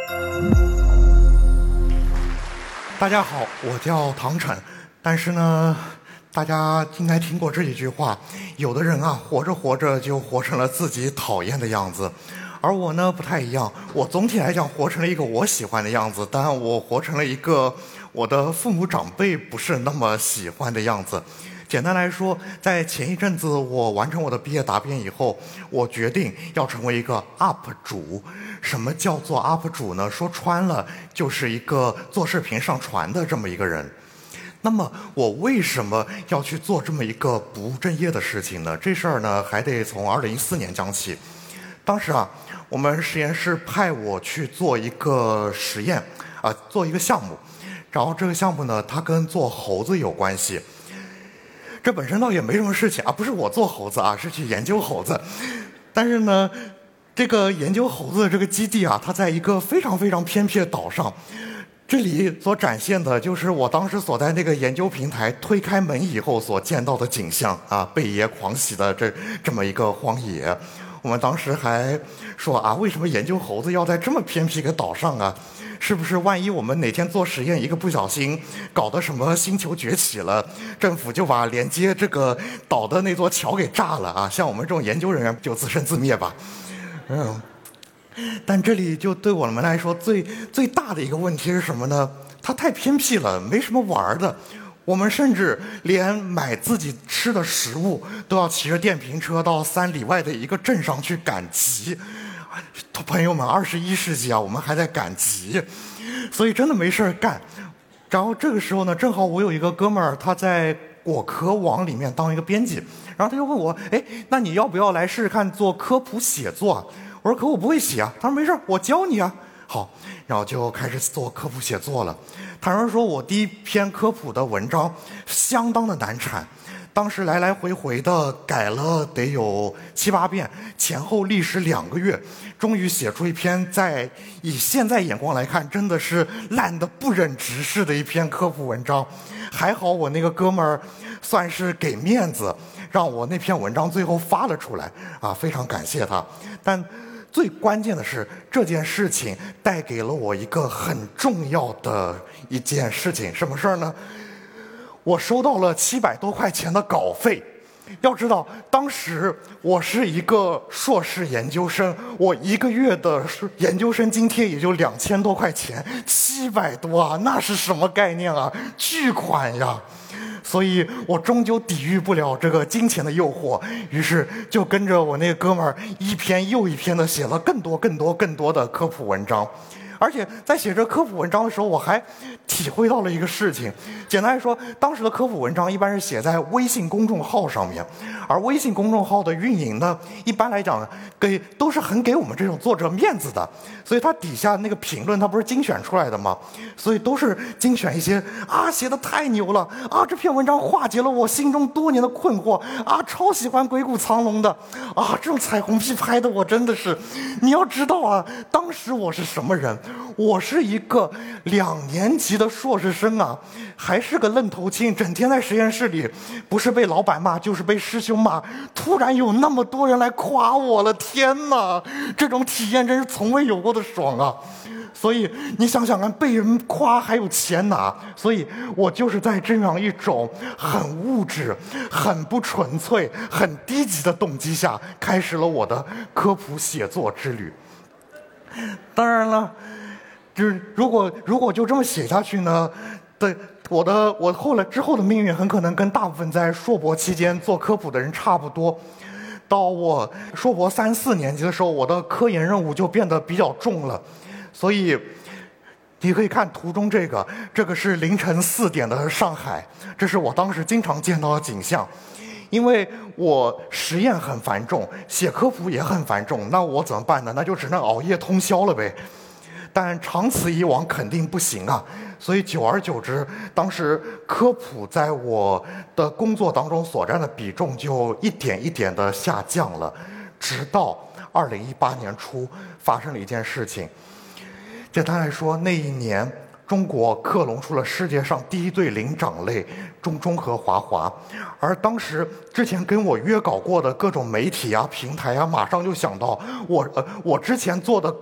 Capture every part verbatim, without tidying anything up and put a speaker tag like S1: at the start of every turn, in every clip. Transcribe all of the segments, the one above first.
S1: 大家好，我叫唐晨，但是呢，大家应该听过这一句话，有的人啊，活着活着就活成了自己讨厌的样子，而我呢不太一样，我总体来讲活成了一个我喜欢的样子，但我活成了一个我的父母长辈不是那么喜欢的样子。简单来说，在前一阵子我完成我的毕业答辩以后，我决定要成为一个 U P 主。什么叫做 U P 主呢？说穿了，就是一个做视频上传的这么一个人。那么我为什么要去做这么一个不务正业的事情呢？这事儿呢，还得从二零一四年讲起。当时啊，我们实验室派我去做一个实验，啊、呃，做一个项目。然后这个项目呢，它跟做猴子有关系。这本身倒也没什么事情啊，不是我做猴子啊，是去研究猴子。但是呢，这个研究猴子的这个基地啊，它在一个非常非常偏僻的岛上。这里所展现的就是我当时所在那个研究平台推开门以后所见到的景象啊，贝爷狂喜的这这么一个荒野。我们当时还说啊，为什么研究猴子要在这么偏僻一个岛上啊？是不是万一我们哪天做实验一个不小心搞得什么星球崛起了，政府就把连接这个岛的那座桥给炸了啊？像我们这种研究人员就自生自灭吧。嗯，但这里就对我们来说最最大的一个问题是什么呢？它太偏僻了，没什么玩的。我们甚至连买自己吃的食物都要骑着电瓶车到三里外的一个镇上去赶集。朋友们，二十一世纪啊，我们还在赶集，所以真的没事干。然后这个时候呢，正好我有一个哥们儿，他在果壳网里面当一个编辑，然后他就问我，哎，那你要不要来试试看做科普写作啊？我说可我不会写啊。他说没事，我教你啊。好，然后就开始做科普写作了。坦率说，我第一篇科普的文章相当的难产。当时来来回回的改了得有七八遍，前后历时两个月，终于写出一篇在以现在眼光来看真的是烂得不忍直视的一篇科普文章。还好我那个哥们儿算是给面子，让我那篇文章最后发了出来啊，非常感谢他。但最关键的是，这件事情带给了我一个很重要的一件事情，什么事儿呢？我收到了七百多块钱的稿费。要知道，当时我是一个硕士研究生，我一个月的研究生津贴也就两千多块钱，七百多啊，那是什么概念啊？巨款呀！所以我终究抵御不了这个金钱的诱惑，于是就跟着我那个哥们儿一篇又一篇的写了更多、更多、更多的科普文章。而且在写这科普文章的时候，我还体会到了一个事情。简单来说，当时的科普文章一般是写在微信公众号上面，而微信公众号的运营呢，一般来讲给都是很给我们这种作者面子的，所以它底下那个评论它不是精选出来的吗？所以都是精选一些啊写的太牛了啊，这篇文章化解了我心中多年的困惑啊，超喜欢鬼谷藏龙的啊，这种彩虹屁拍的我真的是，你要知道啊，当时我是什么人？我是一个两年级的硕士生啊，还是个愣头青，整天在实验室里，不是被老板骂就是被师兄骂。突然有那么多人来夸我了，天哪，这种体验真是从未有过的爽啊！所以你想想看，被人夸还有钱拿，所以我就是在这样一种很物质、很不纯粹、很低级的动机下，开始了我的科普写作之旅。当然了，就是如果如果就这么写下去呢，对我的我后来之后的命运很可能跟大部分在硕博期间做科普的人差不多。到我硕博三四年级的时候，我的科研任务就变得比较重了，所以你可以看图中这个，这个是凌晨四点的上海，这是我当时经常见到的景象。因为我实验很繁重，写科普也很繁重，那我怎么办呢？那就只能熬夜通宵了呗。但长此以往肯定不行啊，所以久而久之，当时科普在我的工作当中所占的比重就一点一点的下降了，直到二零一八年初发生了一件事情。简单来说，那一年中国克隆出了世界上第一对灵长类中中和华华，而当时之前跟我约稿过的各种媒体啊、平台啊，马上就想到我呃我之前做的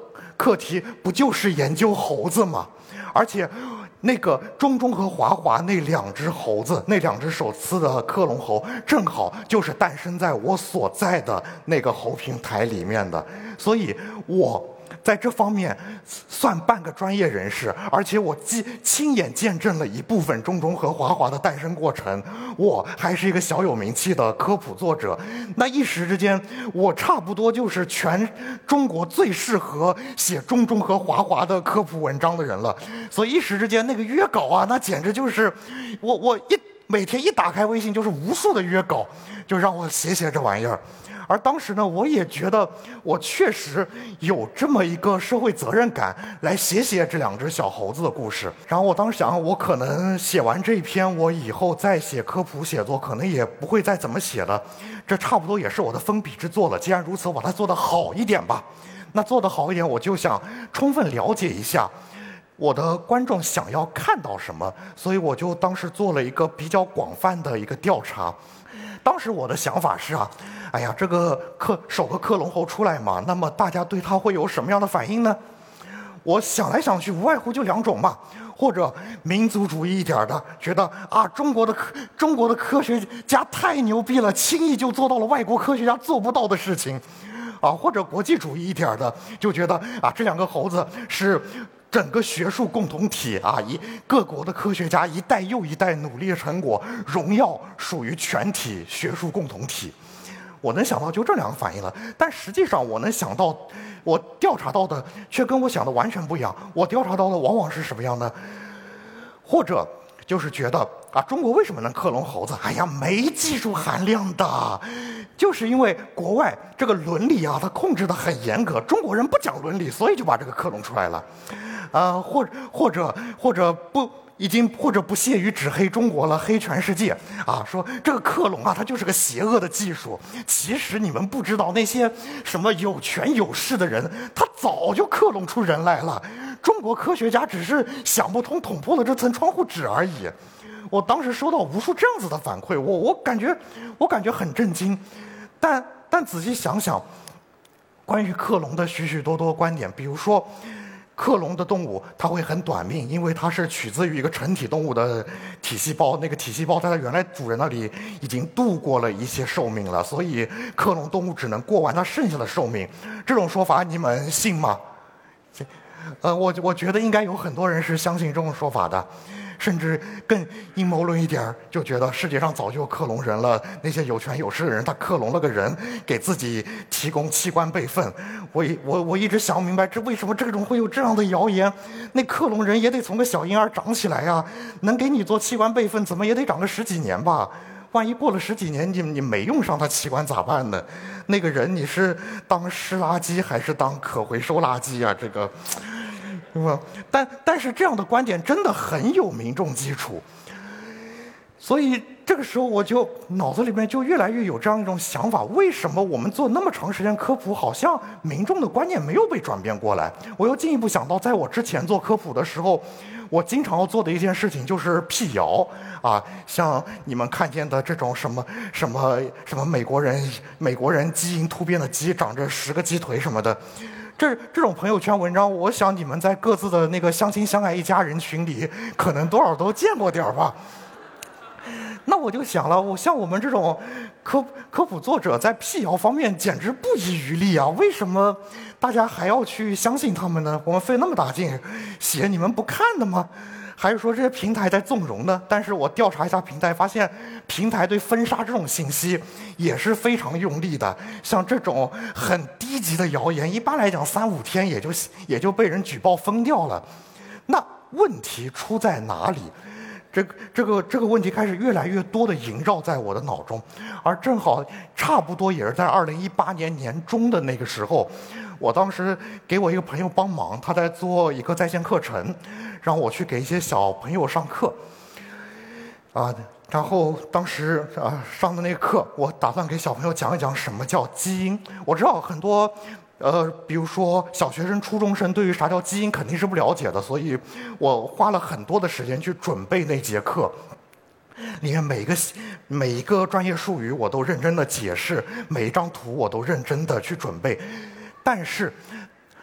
S1: 课题不就是研究猴子吗？而且那个中中和华华那两只猴子，那两只手撕的克隆猴，正好就是诞生在我所在的那个猴平台里面的，所以我在这方面算半个专业人士，而且我既亲眼见证了一部分中中和华华的诞生过程，我还是一个小有名气的科普作者。那一时之间，我差不多就是全中国最适合写中中和华华的科普文章的人了。所以一时之间，那个约稿啊，那简直就是我我一每天一打开微信就是无数的约稿，就让我写写这玩意儿。而当时呢，我也觉得我确实有这么一个社会责任感，来写写这两只小猴子的故事。然后我当时想，我可能写完这一篇，我以后再写科普写作，可能也不会再怎么写了。这差不多也是我的封笔之作了。既然如此，我把它做得好一点吧。那做得好一点，我就想充分了解一下我的观众想要看到什么，所以我就当时做了一个比较广泛的一个调查。当时我的想法是啊，哎呀，这个克首个克隆猴出来嘛，那么大家对它会有什么样的反应呢？我想来想去，无外乎就两种嘛，或者民族主义一点的，觉得啊，中国的科中国的科学家太牛逼了，轻易就做到了外国科学家做不到的事情，啊，或者国际主义一点的，就觉得啊，这两个猴子是整个学术共同体啊，一各国的科学家一代又一代努力的成果，荣耀属于全体学术共同体。我能想到就这两个反应了，但实际上我能想到，我调查到的却跟我想的完全不一样。我调查到的往往是什么样呢？或者就是觉得啊，中国为什么能克隆猴子？哎呀，没技术含量的，就是因为国外这个伦理啊，它控制的很严格，中国人不讲伦理，所以就把这个克隆出来了。啊、呃，或或者或者不。已经或者不屑于只黑中国了，黑全世界啊！说这个克隆啊，它就是个邪恶的技术。其实你们不知道，那些什么有权有势的人，他早就克隆出人来了。中国科学家只是想不通，捅破了这层窗户纸而已。我当时收到无数这样子的反馈，我我感觉我感觉很震惊。但但仔细想想，关于克隆的许许多多观点，比如说。克隆的动物它会很短命，因为它是取自于一个成体动物的体细胞，那个体细胞在它原来主人那里已经度过了一些寿命了，所以克隆动物只能过完它剩下的寿命。这种说法你们信吗？呃，我我觉得应该有很多人是相信这种说法的。甚至更阴谋论一点，就觉得世界上早就克隆人了，那些有权有势的人他克隆了个人，给自己提供器官备份。我我我一直想不明白，这为什么这种会有这样的谣言？那克隆人也得从个小婴儿长起来呀，能给你做器官备份，怎么也得长个十几年吧？万一过了十几年，你你没用上他器官咋办呢？那个人你是当湿垃圾还是当可回收垃圾啊？这个。是吧？但但是这样的观点真的很有民众基础，所以这个时候我就脑子里面就越来越有这样一种想法：为什么我们做那么长时间科普，好像民众的观念没有被转变过来？我又进一步想到，在我之前做科普的时候，我经常要做的一件事情就是辟谣啊，像你们看见的这种什么什么什么美国人美国人基因突变的鸡长着十个鸡腿什么的。这这种朋友圈文章，我想你们在各自的那个相亲相爱一家人群里，可能多少都见过点吧。那我就想了，我像我们这种科科普作者，在辟谣方面简直不遗余力啊！为什么大家还要去相信他们呢？我们费那么大劲写，你们不看的吗？还是说这些平台在纵容呢？但是我调查一下平台，发现平台对封杀这种信息也是非常用力的。像这种很低级的谣言，一般来讲三五天也就也就被人举报封掉了。那问题出在哪里？这个这个这个问题开始越来越多的萦绕在我的脑中，而正好差不多也是在二零一八年年中的那个时候，我当时给我一个朋友帮忙，他在做一个在线课程，让我去给一些小朋友上课，啊，然后当时啊上的那个课，我打算给小朋友讲一讲什么叫基因。我知道很多。呃，比如说小学生、初中生对于啥叫基因肯定是不了解的，所以我花了很多的时间去准备那节课。里面每一个每一个专业术语我都认真的解释，每一张图我都认真的去准备。但是，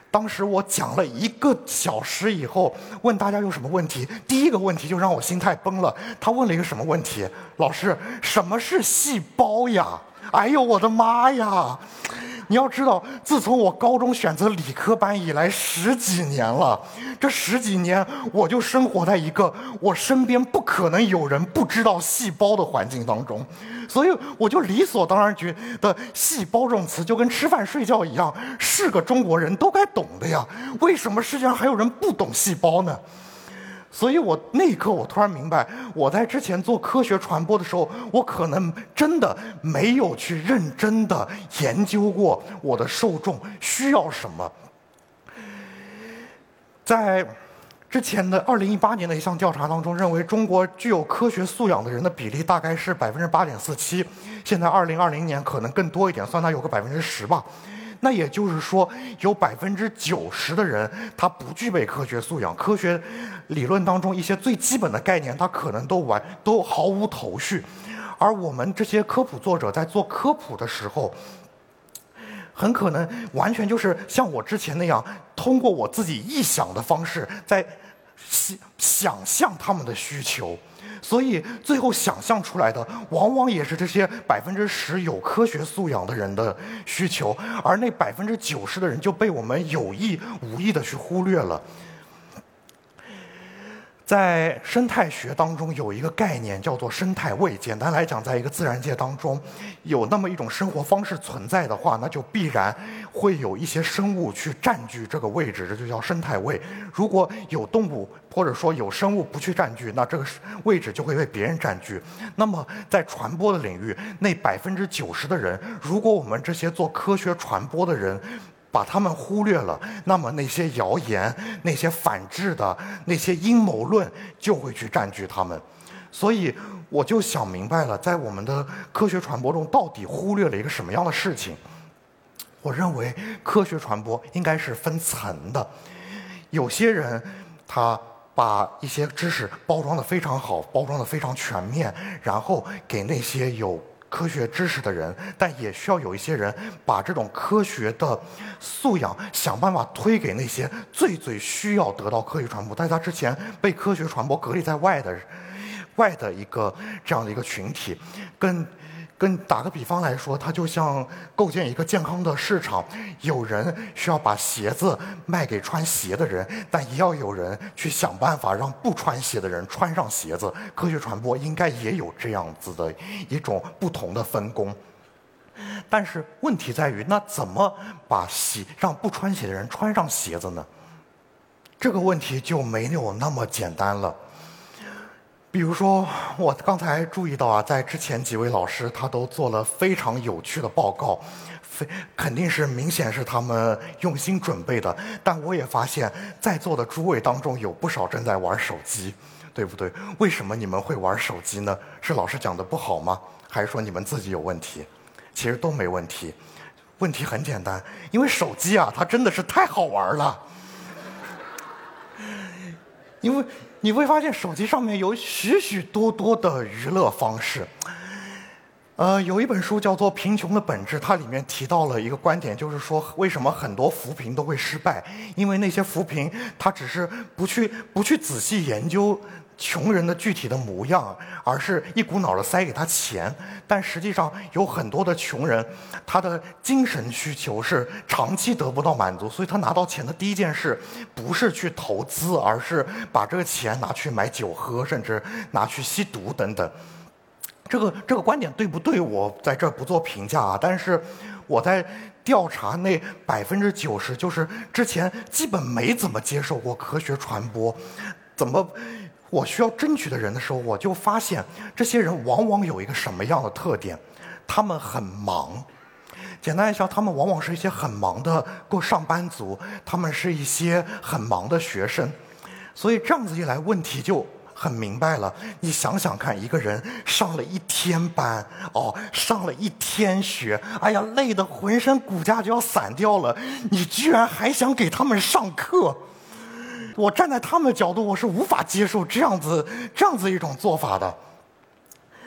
S1: 当时我讲了一个小时以后，问大家有什么问题，第一个问题就让我心态崩了。他问了一个什么问题？老师，什么是细胞呀？哎呦我的妈呀！你要知道，自从我高中选择理科班以来十几年了，这十几年我就生活在一个我身边不可能有人不知道细胞的环境当中，所以我就理所当然觉得细胞这种词就跟吃饭睡觉一样，是个中国人都该懂的呀。为什么世界上还有人不懂细胞呢？所以我那一刻我突然明白，我在之前做科学传播的时候，我可能真的没有去认真的研究过我的受众需要什么。在之前的二零一八年的一项调查当中，认为中国具有科学素养的人的比例大概是百分之八点四七，现在二零二零年可能更多一点，算它有个百分之十吧。那也就是说，有百分之九十的人他不具备科学素养，科学理论当中一些最基本的概念，他可能都完都毫无头绪。而我们这些科普作者在做科普的时候，很可能完全就是像我之前那样，通过我自己臆想的方式，在想象他们的需求。所以最后想象出来的往往也是这些百分之十有科学素养的人的需求，而那百分之九十的人就被我们有意无意的去忽略了。在生态学当中有一个概念叫做生态位，简单来讲，在一个自然界当中有那么一种生活方式存在的话，那就必然会有一些生物去占据这个位置，这就叫生态位。如果有动物或者说有生物不去占据，那这个位置就会被别人占据。那么在传播的领域，那百分之九十的人，如果我们这些做科学传播的人把他们忽略了，那么那些谣言、那些反制的、那些阴谋论就会去占据他们。所以我就想明白了，在我们的科学传播中，到底忽略了一个什么样的事情？我认为科学传播应该是分层的。有些人他把一些知识包装得非常好，包装得非常全面，然后给那些有科学知识的人，但也需要有一些人把这种科学的素养想办法推给那些最最需要得到科学传播，在他之前被科学传播隔离在外的外的一个这样的一个群体。跟跟打个比方来说，它就像构建一个健康的市场，有人需要把鞋子卖给穿鞋的人，但也要有人去想办法让不穿鞋的人穿上鞋子。科学传播应该也有这样子的一种不同的分工。但是问题在于，那怎么把鞋让不穿鞋的人穿上鞋子呢？这个问题就没有那么简单了。比如说，我刚才注意到啊，在之前几位老师他都做了非常有趣的报告，非肯定是明显是他们用心准备的。但我也发现，在座的诸位当中有不少正在玩手机，对不对？为什么你们会玩手机呢？是老师讲的不好吗？还是说你们自己有问题？其实都没问题。问题很简单，因为手机啊，它真的是太好玩了。因为你会发现手机上面有许许多多的娱乐方式。呃，有一本书叫做《贫穷的本质》，它里面提到了一个观点，就是说为什么很多扶贫都会失败，因为那些扶贫它只是不去不去仔细研究穷人的具体的模样，而是一股脑的塞给他钱。但实际上有很多的穷人，他的精神需求是长期得不到满足，所以他拿到钱的第一件事不是去投资，而是把这个钱拿去买酒喝，甚至拿去吸毒等等。这个这个观点对不对？我在这不做评价啊。但是我在调查那百分之九十，就是之前基本没怎么接受过科学传播，怎么我需要争取的人的时候，我就发现这些人往往有一个什么样的特点？他们很忙。简单来讲，他们往往是一些很忙的过上班族，他们是一些很忙的学生。所以这样子一来，问题就很明白了。你想想看，一个人上了一天班，哦，上了一天学，哎呀，累得浑身骨架就要散掉了，你居然还想给他们上课？我站在他们的角度，我是无法接受这样子这样子一种做法的。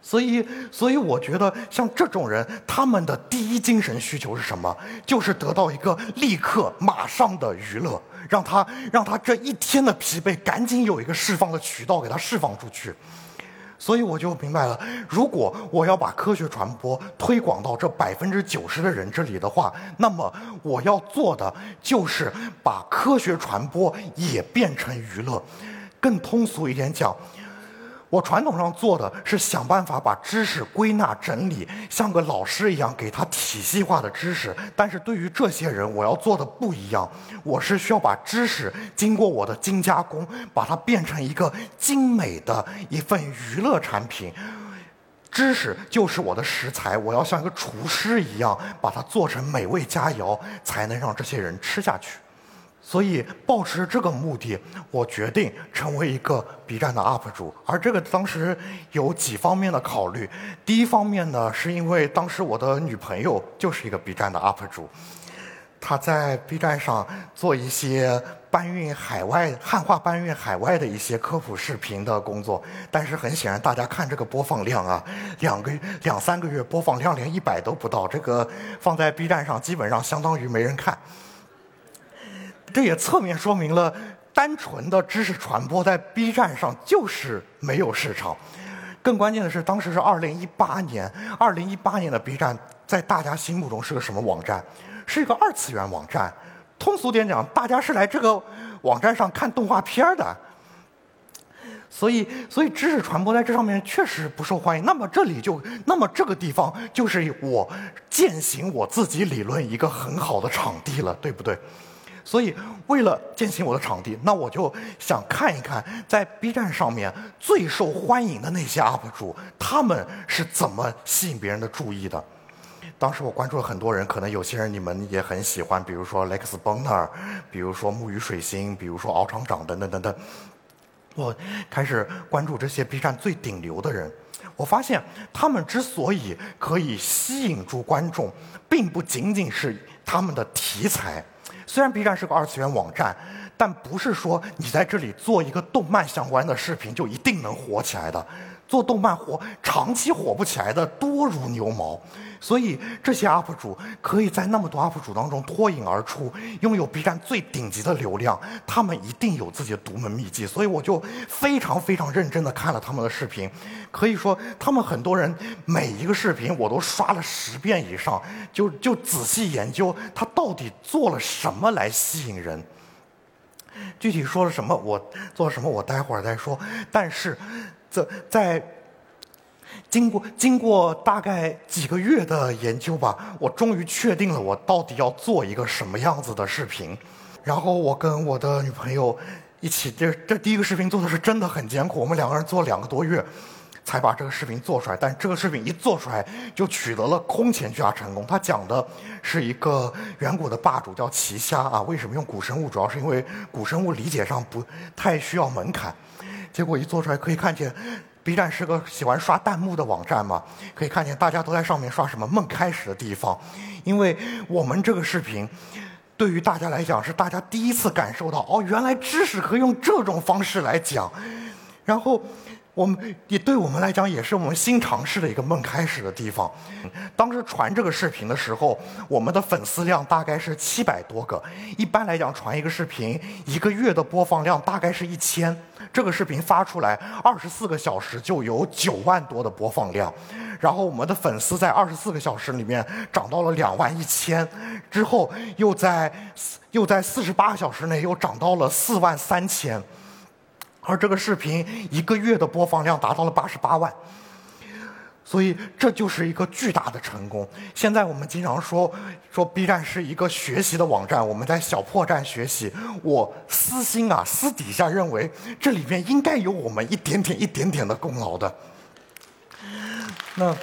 S1: 所以，所以我觉得像这种人，他们的第一精神需求是什么？就是得到一个立刻、马上的娱乐，让他让他这一天的疲惫赶紧有一个释放的渠道给他释放出去。所以我就明白了，如果我要把科学传播推广到这百分之九十的人这里的话，那么我要做的就是把科学传播也变成娱乐。更通俗一点讲，我传统上做的是想办法把知识归纳整理，像个老师一样给他体系化的知识。但是对于这些人，我要做的不一样，我是需要把知识经过我的精加工，把它变成一个精美的一份娱乐产品。知识就是我的食材，我要像一个厨师一样把它做成美味佳肴，才能让这些人吃下去。所以抱持这个目的，我决定成为一个 B 站的 U P 主。而这个当时有几方面的考虑。第一方面呢，是因为当时我的女朋友就是一个 B 站的 U P 主，她在 B 站上做一些搬运海外汉化搬运海外的一些科普视频的工作。但是很显然，大家看这个播放量啊，两个两三个月播放量连一百都不到，这个放在 B 站上基本上相当于没人看。这也侧面说明了，单纯的知识传播在 B 站上就是没有市场。更关键的是，当时是二零一八年，二零一八年的 B 站在大家心目中是个什么网站？是一个二次元网站。通俗点讲，大家是来这个网站上看动画片的。所以，所以知识传播在这上面确实不受欢迎。那么这里就，那么这个地方就是我践行我自己理论一个很好的场地了，对不对？所以，为了践行我的场地，那我就想看一看，在 B 站上面最受欢迎的那些 U P 主，他们是怎么吸引别人的注意的。当时我关注了很多人，可能有些人你们也很喜欢，比如说 Lex Boner， 比如说木鱼水星，比如说敖厂长等等等等。我开始关注这些 B 站最顶流的人，我发现他们之所以可以吸引住观众，并不仅仅是他们的题材。虽然 B 站是个二次元网站，但不是说你在这里做一个动漫相关的视频就一定能火起来的。做动漫火，长期火不起来的多如牛毛。所以这些 U P 主可以在那么多 U P 主当中脱颖而出，拥有 B 站最顶级的流量，他们一定有自己的独门秘籍。所以我就非常非常认真地看了他们的视频。可以说他们很多人每一个视频我都刷了十遍以上，就就仔细研究他到底做了什么来吸引人。具体说了什么，我做了什么，我待会儿再说。但是，这在经过经过大概几个月的研究吧，我终于确定了我到底要做一个什么样子的视频。然后我跟我的女朋友一起，这这第一个视频做的是真的很艰苦，我们两个人做了两个多月才把这个视频做出来。但这个视频一做出来，就取得了空前巨大成功。它讲的是一个远古的霸主叫奇虾啊。为什么用古生物？主要是因为古生物理解上不太需要门槛。结果一做出来，可以看见 B 站是个喜欢刷弹幕的网站嘛，可以看见大家都在上面刷什么梦开始的地方。因为我们这个视频对于大家来讲是大家第一次感受到，哦，原来知识可以用这种方式来讲。然后我们也对我们来讲也是我们新尝试的一个梦开始的地方。当时传这个视频的时候，我们的粉丝量大概是七百多个。一般来讲，传一个视频一个月的播放量大概是一千。这个视频发出来二十四个小时就有九万多的播放量，然后我们的粉丝在二十四个小时里面涨到了两万一千，之后又在又在四十八小时内又涨到了四万三千。而这个视频一个月的播放量达到了八十八万，所以这就是一个巨大的成功。现在我们经常说说 B 站是一个学习的网站，我们在小破站学习。我私心啊，私底下认为这里面应该有我们一点点、一点点的功劳的。那，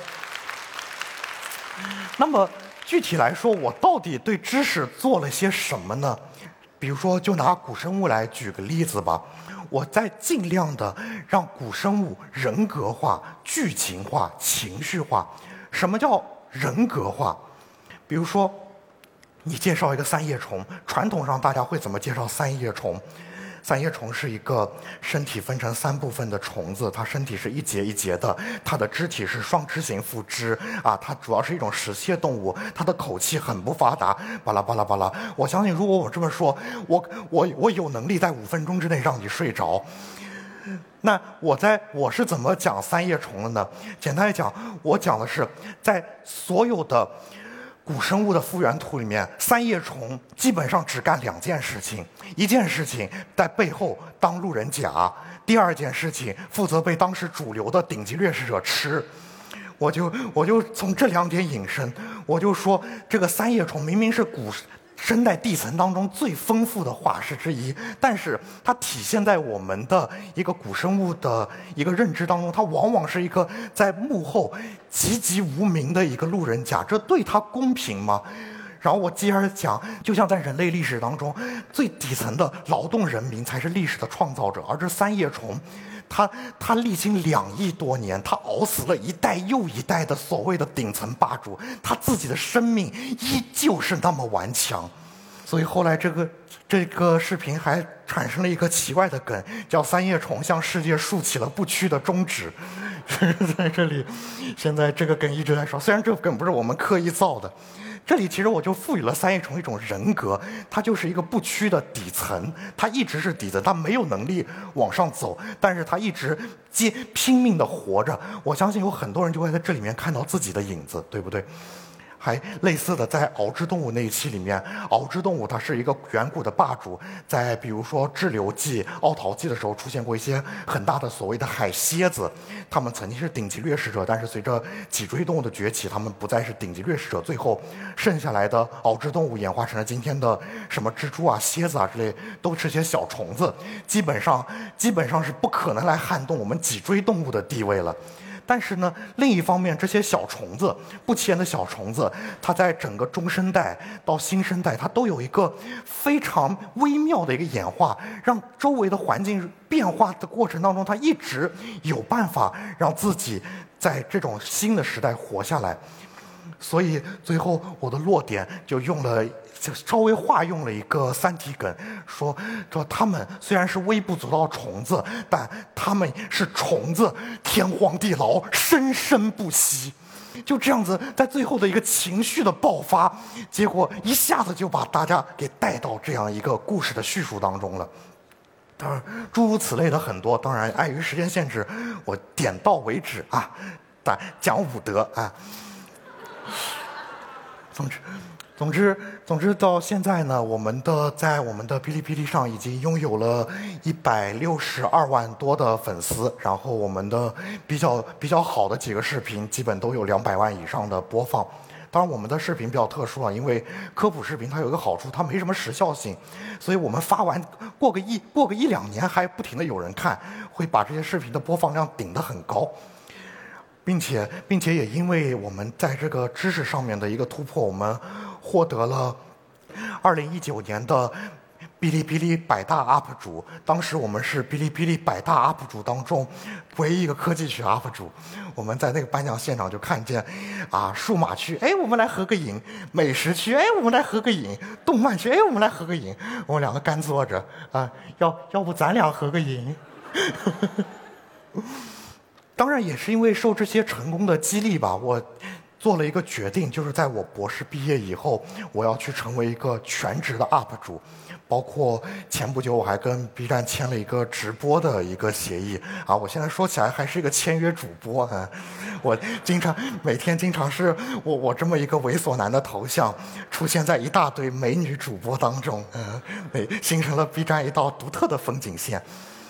S1: 那么具体来说，我到底对知识做了些什么呢？比如说，就拿古生物来举个例子吧。我在尽量的让古生物人格化、剧情化、情绪化。什么叫人格化？比如说，你介绍一个三叶虫，传统上大家会怎么介绍三叶虫？ 三叶虫是一个身体分成三部分的虫子，它身体是一节一节的，它的肢体是双肢型腹肢啊，它主要是一种食蟹动物，它的口气很不发达，巴拉巴拉巴拉。我相信，如果我这么说，我我我有能力在五分钟之内让你睡着。那我在我是怎么讲三叶虫的呢？简单来讲，我讲的是在所有的古生物的复原图里面，三叶虫基本上只干两件事情：一件事情在背后当路人甲，第二件事情负责被当时主流的顶级掠食者吃。我就我就从这两点引申，我就说这个三叶虫明明是古生代地层当中最丰富的化石之一，但是它体现在我们的一个古生物的一个认知当中，它往往是一个在幕后籍籍无名的一个路人甲，这对它公平吗？然后我接着讲，就像在人类历史当中，最底层的劳动人民才是历史的创造者，而这三叶虫他他历经两亿多年，他熬死了一代又一代的所谓的顶层霸主，他自己的生命依旧是那么顽强。所以后来这个这个视频还产生了一个奇怪的梗，叫三叶虫向世界竖起了不屈的中指。在这里，现在这个梗一直在说，虽然这个梗不是我们刻意造的。这里其实我就赋予了三叶虫一种人格，它就是一个不屈的底层，它一直是底层，它没有能力往上走，但是它一直接拼命的活着。我相信有很多人就会在这里面看到自己的影子，对不对？还类似的，在螯肢动物那一期里面，螯肢动物它是一个远古的霸主，在比如说志留纪、奥陶纪的时候出现过一些很大的所谓的海蝎子，它们曾经是顶级掠食者，但是随着脊椎动物的崛起，它们不再是顶级掠食者，最后剩下来的螯肢动物演化成了今天的什么蜘蛛啊、蝎子啊之类，都是些小虫子，基本上基本上是不可能来撼动我们脊椎动物的地位了。但是呢，另一方面，这些小虫子，不起眼的小虫子，它在整个中生代到新生代，它都有一个非常微妙的一个演化，让周围的环境变化的过程当中，它一直有办法让自己在这种新的时代活下来。所以最后我的落点就用了，就稍微化用了一个三体梗，说说他们虽然是微不足道虫子，但他们是虫子，天荒地老，生生不息。就这样子，在最后的一个情绪的爆发，结果一下子就把大家给带到这样一个故事的叙述当中了。当然，诸如此类的很多，当然碍于时间限制，我点到为止啊，但讲武德啊。总之，总之，总之，到现在呢，我们的在我们的哔哩哔哩上已经拥有了一百六十二万多的粉丝，然后我们的比较比较好的几个视频，基本都有两百万以上的播放。当然，我们的视频比较特殊啊，因为科普视频它有一个好处，它没什么时效性，所以我们发完过个一过个一两年，还不停的有人看，会把这些视频的播放量顶得很高。并且，并且也因为我们在这个知识上面的一个突破，我们获得了二零一九年的哔哩哔哩百大 U P 主。当时我们是哔哩哔哩百大 U P 主当中唯一一个科技区 U P 主。我们在那个颁奖现场就看见，啊，数码区，哎，我们来合个影；美食区，哎，我们来合个影；动漫区，哎，我们来合个影。我们两个干坐着，啊，要要不咱俩合个影？当然也是因为受这些成功的激励吧，我做了一个决定，就是在我博士毕业以后，我要去成为一个全职的 U P 主。包括前不久我还跟 B 站签了一个直播的一个协议啊，我现在说起来还是一个签约主播啊，我经常每天经常是我我这么一个猥琐男的头像出现在一大堆美女主播当中，嗯、呃，形成了 B 站一道独特的风景线。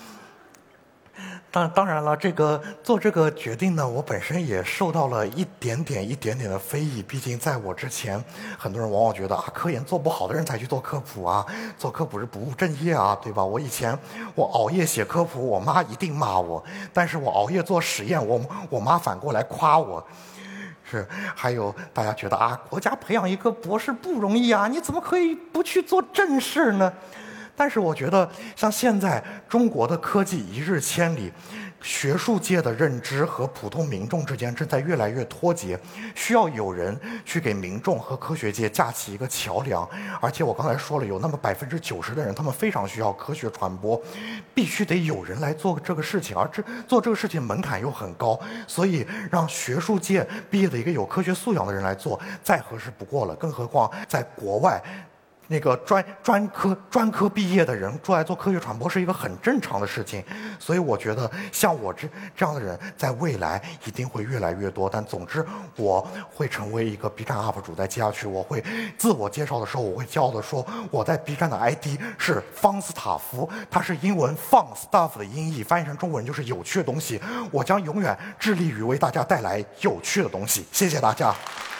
S1: 当当然了，这个做这个决定呢，我本身也受到了一点点、一点点的非议。毕竟在我之前，很多人往往觉得啊，科研做不好的人才去做科普啊，做科普是不务正业啊，对吧？我以前我熬夜写科普，我妈一定骂我；但是我熬夜做实验，我我妈反过来夸我。是，还有大家觉得啊，国家培养一个博士不容易啊，你怎么可以不去做正事呢？但是我觉得，像现在中国的科技一日千里， 学术界的认知和普通民众之间正在越来越脱节，需要有人去给民众和科学界架起一个桥梁。而且我刚才说了，有那么百分之九十的人，他们非常需要科学传播，必须得有人来做这个事情，而这做这个事情门槛又很高，所以让学术界毕业的一个有科学素养的人来做，再合适不过了。更何况在国外，那个专专科专科毕业的人出来做科学传播是一个很正常的事情，所以我觉得像我这这样的人在未来一定会越来越多。但总之，我会成为一个 B 站 U P 主，在接下去我会自我介绍的时候，我会骄傲的说我在 B 站的 I D 是方斯塔夫，它是英文 fun stuff 的音译，翻译成中文就是有趣的东西。我将永远致力于为大家带来有趣的东西。谢谢大家。